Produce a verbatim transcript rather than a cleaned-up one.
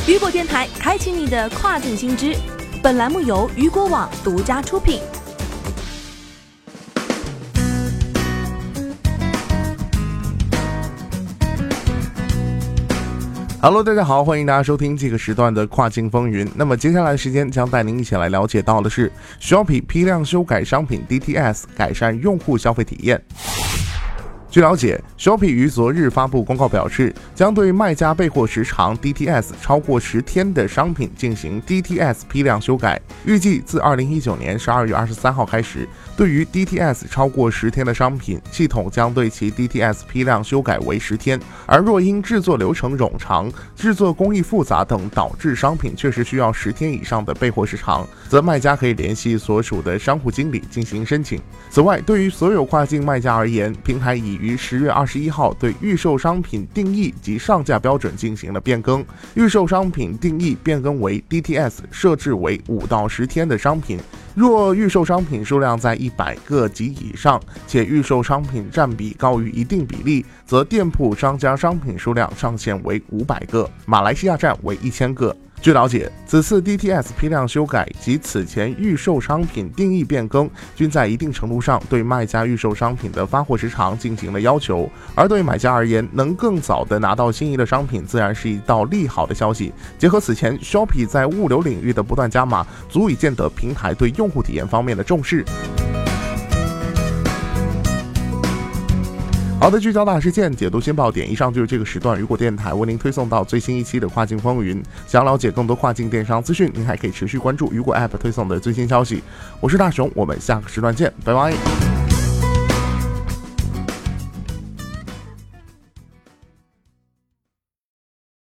雨果电台开启你的跨境新知，本栏目由雨果网独家出品。 Hello， 大家好，欢迎大家收听这个时段的跨境风云。那么接下来的时间将带您一起来了解到的是 Shopee 批量修改商品 D T S， 改善用户消费体验。据了解 ，Shopee 于昨日发布公告表示，将对卖家备货时长 D T S 超过十天的商品进行 D T S 批量修改。预计自二零一九年十二月二十三号开始，对于 D T S 超过十天的商品，系统将对其 D T S 批量修改为十天。而若因制作流程冗长、制作工艺复杂等导致商品确实需要十天以上的备货时长，则卖家可以联系所属的商户经理进行申请。此外，对于所有跨境卖家而言，平台已于十月二十一号对预售商品定义及上架标准进行了变更。预售商品定义变更为 D T S 设置为五到十天的商品，若预售商品数量在一百个及以上，且预售商品占比高于一定比例，则店铺商家商品数量上限为五百个，马来西亚站为一千个。据了解，此次 D T S 批量修改及此前预售商品定义变更，均在一定程度上对卖家预售商品的发货时长进行了要求。而对买家而言，能更早的拿到心仪的商品，自然是一道利好的消息。结合此前 Shopee 在物流领域的不断加码，足以见得平台对用户体验方面的重视。好的，聚焦大事件，解读新爆点。以上就是这个时段雨果电台为您推送到最新一期的跨境风云。想了解更多跨境电商资讯，您还可以持续关注雨果 App 推送的最新消息。我是大熊，我们下个时段见，拜拜。